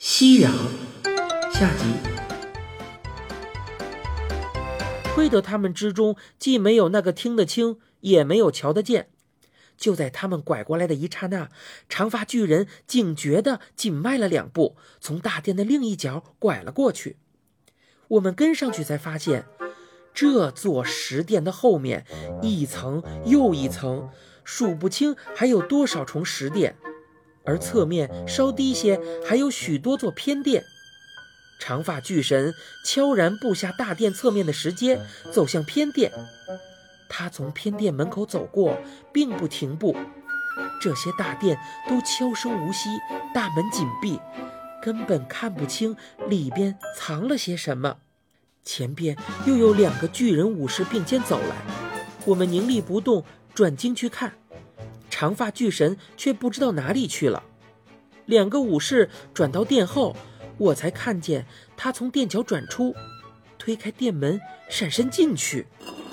熙攘下集。亏得他们之中既没有那个听得清，也没有瞧得见。就在他们拐过来的一刹那，长发巨人警觉地紧迈了2步，从大殿的另一角拐了过去。我们跟上去才发现，这座石殿的后面一层又一层，数不清还有多少重石殿，而侧面稍低些还有许多座偏殿。长发巨神悄然步下大殿侧面的石阶，走向偏殿。他从偏殿门口走过，并不停步。这些大殿都悄声无息，大门紧闭，根本看不清里边藏了些什么。前边又有2个巨人武士并肩走来，我们凝立不动，转睛去看，长发巨神却不知道哪里去了。2个武士转到殿后，我才看见他从殿角转出，推开殿门，闪身进去。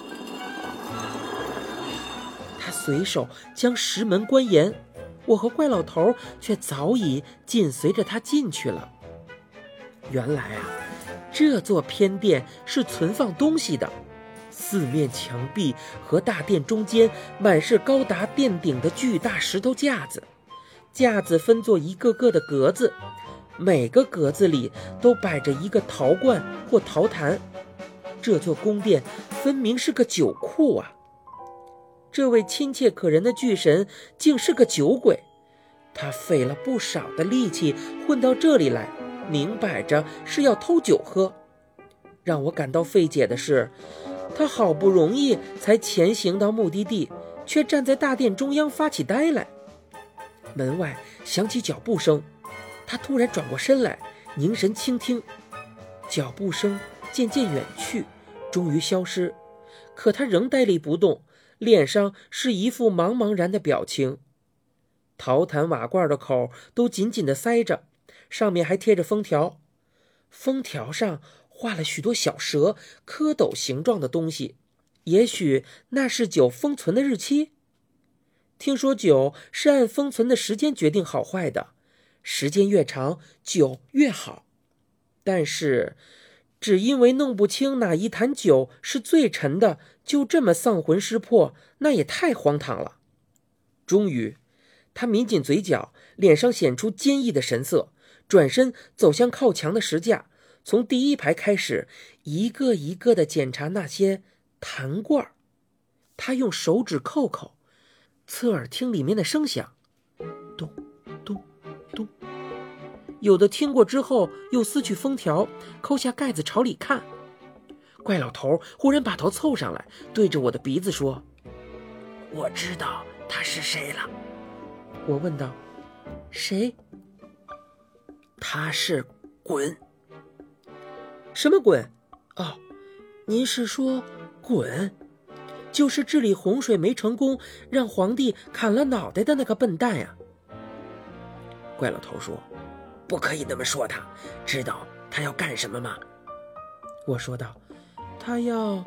他随手将石门关严，我和怪老头却早已紧随着他进去了。原来啊，这座偏殿是存放东西的，四面墙壁和大殿中间满是高达殿顶的巨大石头架子，架子分作一个个的格子，每个格子里都摆着一个陶罐或陶坛。这座宫殿分明是个酒库啊！这位亲切可人的巨神竟是个酒鬼，他费了不少的力气混到这里来，明摆着是要偷酒喝。让我感到费解的是，他好不容易才前行到目的地，却站在大殿中央发起呆来。门外响起脚步声，他突然转过身来，凝神倾听。脚步声渐渐远去，终于消失，可他仍呆立不动，脸上是一副茫茫然的表情。陶坛瓦罐的口都紧紧地塞着，上面还贴着封条，封条上画了许多小蛇、蝌蚪形状的东西，也许那是酒封存的日期。听说酒是按封存的时间决定好坏的，时间越长，酒越好。但是只因为弄不清哪一坛酒是最陈的，就这么丧魂失魄，那也太荒唐了。终于他抿紧嘴角，脸上显出坚毅的神色，转身走向靠墙的石架，从第1排开始一个一个地检查那些坛罐。他用手指扣，侧耳听里面的声响，咚咚咚。有的听过之后又撕去封条，抠下盖子朝里看。怪老头忽然把头凑上来，对着我的鼻子说：“我知道他是谁了。”我问道：“谁？”“他是鲧。”“什么鲧？哦，您是说鲧？就是治理洪水没成功，让皇帝砍了脑袋的那个笨蛋呀。”怪老头说：“不可以那么说他，知道他要干什么吗？”我说道：“他要……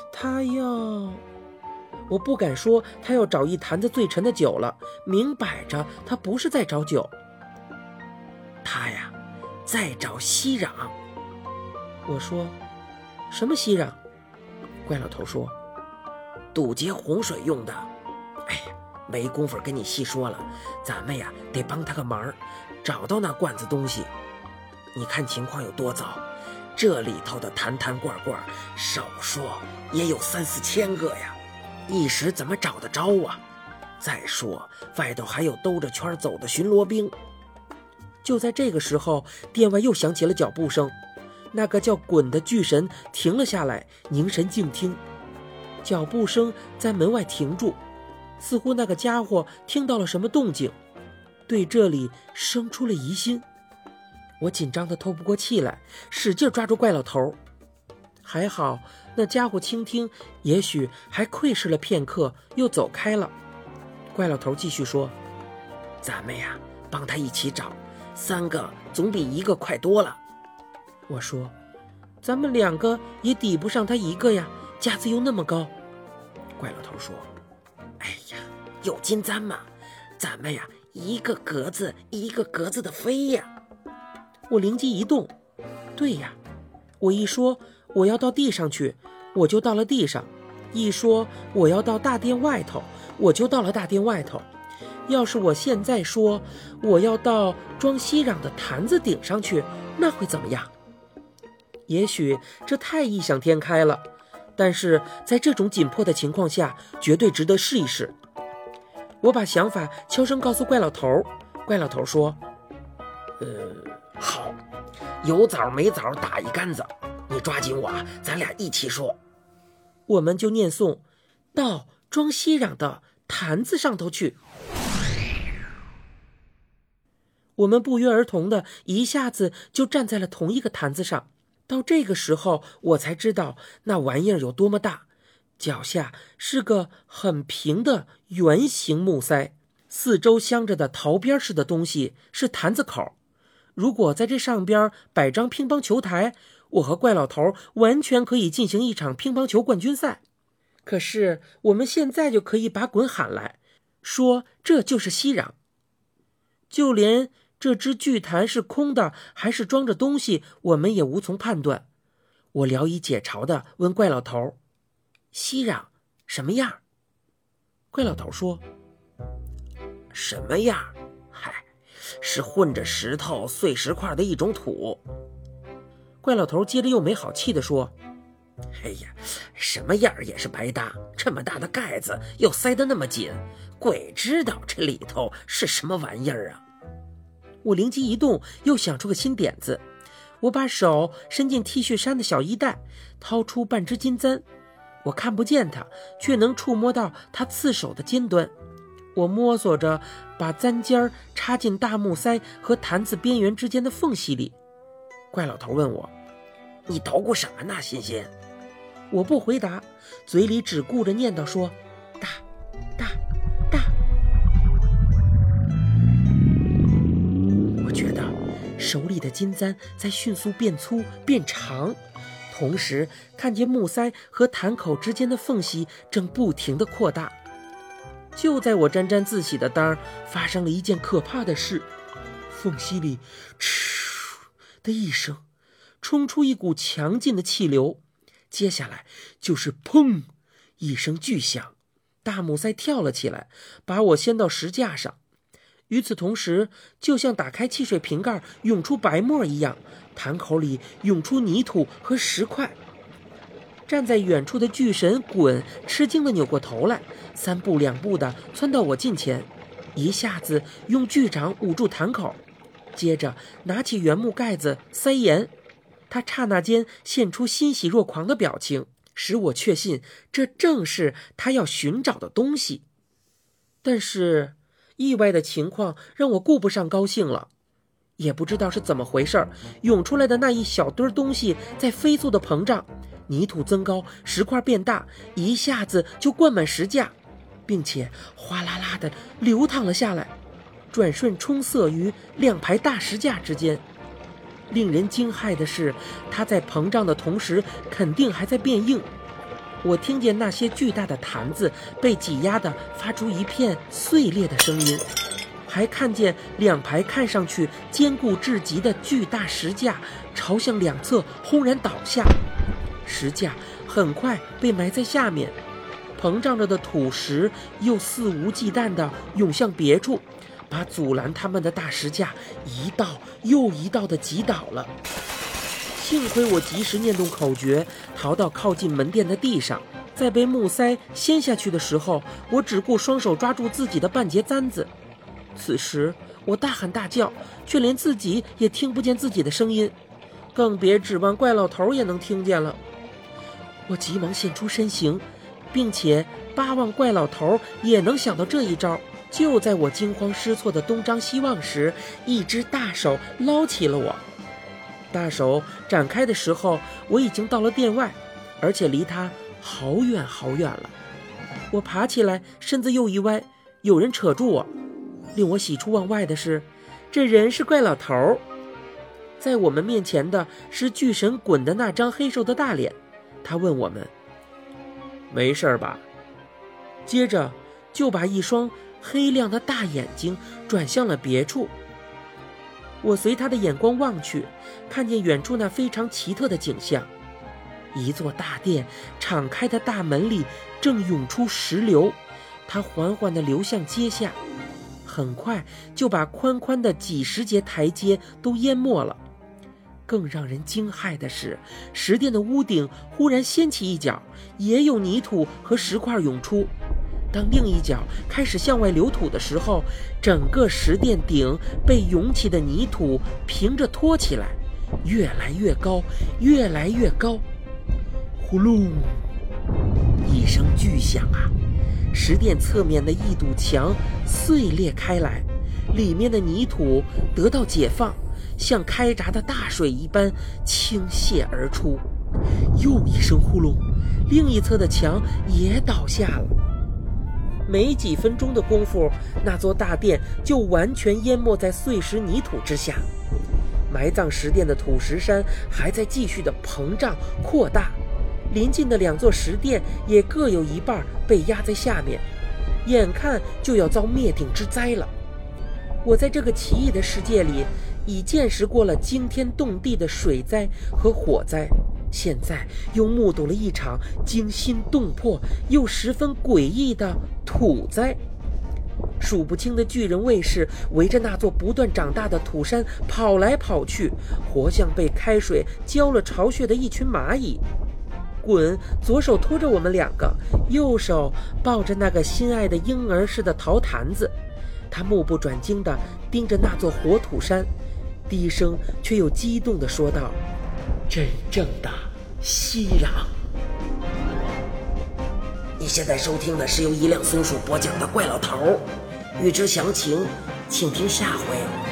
我不敢说他要找一坛子最陈的酒了，明摆着他不是在找酒。他呀，在找熙攘。”我说：“什么熙攘？”怪老头说：“堵截洪水用的。哎呀，没工夫跟你细说了，咱们呀得帮他个忙，找到那罐子东西。你看情况有多糟，这里头的坛坛罐罐，少说也有3、4千个呀，一时怎么找得着啊？再说外头还有兜着圈走的巡逻兵。”就在这个时候，殿外又响起了脚步声，那个叫鲧的巨神停了下来，凝神静听。脚步声在门外停住，似乎那个家伙听到了什么动静，对这里生出了疑心。我紧张得透不过气来，使劲抓住怪老头。还好那家伙倾听，也许还窥视了片刻，又走开了。怪老头继续说：“咱们呀帮他一起找，3个总比1个快多了。”我说：“咱们2个也抵不上他1个呀，架子又那么高。”怪老头说：“哎呀，有金簪嘛，咱们呀一个格子一个格子的飞呀。” 我灵机一动，对呀，我一说我要到地上去，我就到了地上；一说我要到大殿外头，我就到了大殿外头。要是我现在说我要到装熙壤的坛子顶上去，那会怎么样？也许这太异想天开了，但是在这种紧迫的情况下，绝对值得试一试。我把想法悄声告诉怪老头，怪老头说： 好，有枣没枣打一竿子，你抓紧我，咱俩一起说。 我们就念诵到装熙壤的坛子上头去。我们不约而同的一下子就站在了同一个坛子上。到这个时候我才知道那玩意儿有多么大，脚下是个很平的圆形木塞，四周镶着的桃边似的东西是坛子口。如果在这上边摆张乒乓球台，我和怪老头完全可以进行一场乒乓球冠军赛。可是我们现在就可以把滚喊来，说这就是熙壤。就连这只巨坛是空的还是装着东西，我们也无从判断。我聊以解嘲地问怪老头：熙壤什么样？怪老头说： 什么样？嗨，是混着石头碎石块的一种土。 怪老头接着又没好气地说： 哎呀，什么样也是白搭，这么大的盖子又塞得那么紧，鬼知道这里头是什么玩意儿啊。 我灵机一动，又想出个新点子。我把手伸进 T 恤衫的小衣袋，掏出半只金簪。我看不见它，却能触摸到它刺手的尖端。我摸索着把簪尖插进大木塞和坛子边缘之间的缝隙里。怪老头问我： 你捣鼓什么呢，欣欣？ 我不回答，嘴里只顾着念叨说：大大大。我觉得手里的金簪在迅速变粗变长，同时看见木塞和坛口之间的缝隙正不停地扩大。就在我沾沾自喜的当儿，发生了一件可怕的事，缝隙里嗤的一声冲出一股强劲的气流，接下来就是砰一声巨响，大木塞跳了起来，把我掀到石架上。与此同时，就像打开汽水瓶盖涌出白沫一样，坛口里涌出泥土和石块。站在远处的巨神滚吃惊地扭过头来，三步两步地窜到我近前，一下子用巨掌捂住坛口，接着拿起原木盖子塞盐。他刹那间现出欣喜若狂的表情，使我确信这正是他要寻找的东西。但是意外的情况让我顾不上高兴了，也不知道是怎么回事，涌出来的那一小堆东西在飞速的膨胀，泥土增高，石块变大，一下子就灌满石架，并且哗啦啦地流淌了下来，转瞬冲塞于两排大石架之间。令人惊骇的是，它在膨胀的同时肯定还在变硬。我听见那些巨大的坛子被挤压的发出一片碎裂的声音，还看见两排看上去坚固至极的巨大石架朝向两侧轰然倒下，石架很快被埋在下面，膨胀着的土石又肆无忌惮地涌向别处，把阻拦他们的大石架一道又一道地击倒了。幸亏我及时念动口诀，逃到靠近门殿的地上。在被木塞掀下去的时候，我只顾双手抓住自己的半截簪子。此时我大喊大叫，却连自己也听不见自己的声音，更别指望怪老头也能听见了。我急忙现出身形，并且巴望怪老头也能想到这一招。就在我惊慌失措的东张西望时，一只大手捞起了我。大手展开的时候，我已经到了殿外，而且离他好远好远了。我爬起来，身子又一歪，有人扯住我。令我喜出望外的是，这人是怪老头。在我们面前的是巨神滚的那张黑瘦的大脸。他问我们：没事吧？接着就把一双黑亮的大眼睛转向了别处。 我随他的眼光望去，看见远处那非常奇特的景象。一座大殿敞开的大门里正涌出石流，它缓缓地流向阶下，很快就把宽宽的几十节台阶都淹没了。更让人惊骇的是，石殿的屋顶忽然掀起一角，也有泥土和石块涌出。当另一角开始向外流土的时候，整个石殿顶被涌起的泥土平着托起来，越来越高，越来越高。呼隆一声巨响啊，石殿侧面的一堵墙碎裂开来，里面的泥土得到解放，像开闸的大水一般倾泻而出。又一声呼隆，另一侧的墙也倒下了。没几分钟的功夫，那座大殿就完全淹没在碎石泥土之下。埋葬石殿的土石山还在继续的膨胀扩大，临近的2座石殿也各有一半被压在下面，眼看就要遭灭顶之灾了。我在这个奇异的世界里已见识过了惊天动地的水灾和火灾，现在又目睹了一场惊心动魄又十分诡异的土灾。数不清的巨人卫士围着那座不断长大的土山跑来跑去，活像被开水浇了巢穴的一群蚂蚁。滚左手拖着我们2个，右手抱着那个心爱的婴儿似的陶坛子，他目不转睛地盯着那座活土山，低声却又激动地说道：真正的熙攘。 你现在收听的是由一辆松鼠播讲的怪老头，欲知详情请听下回。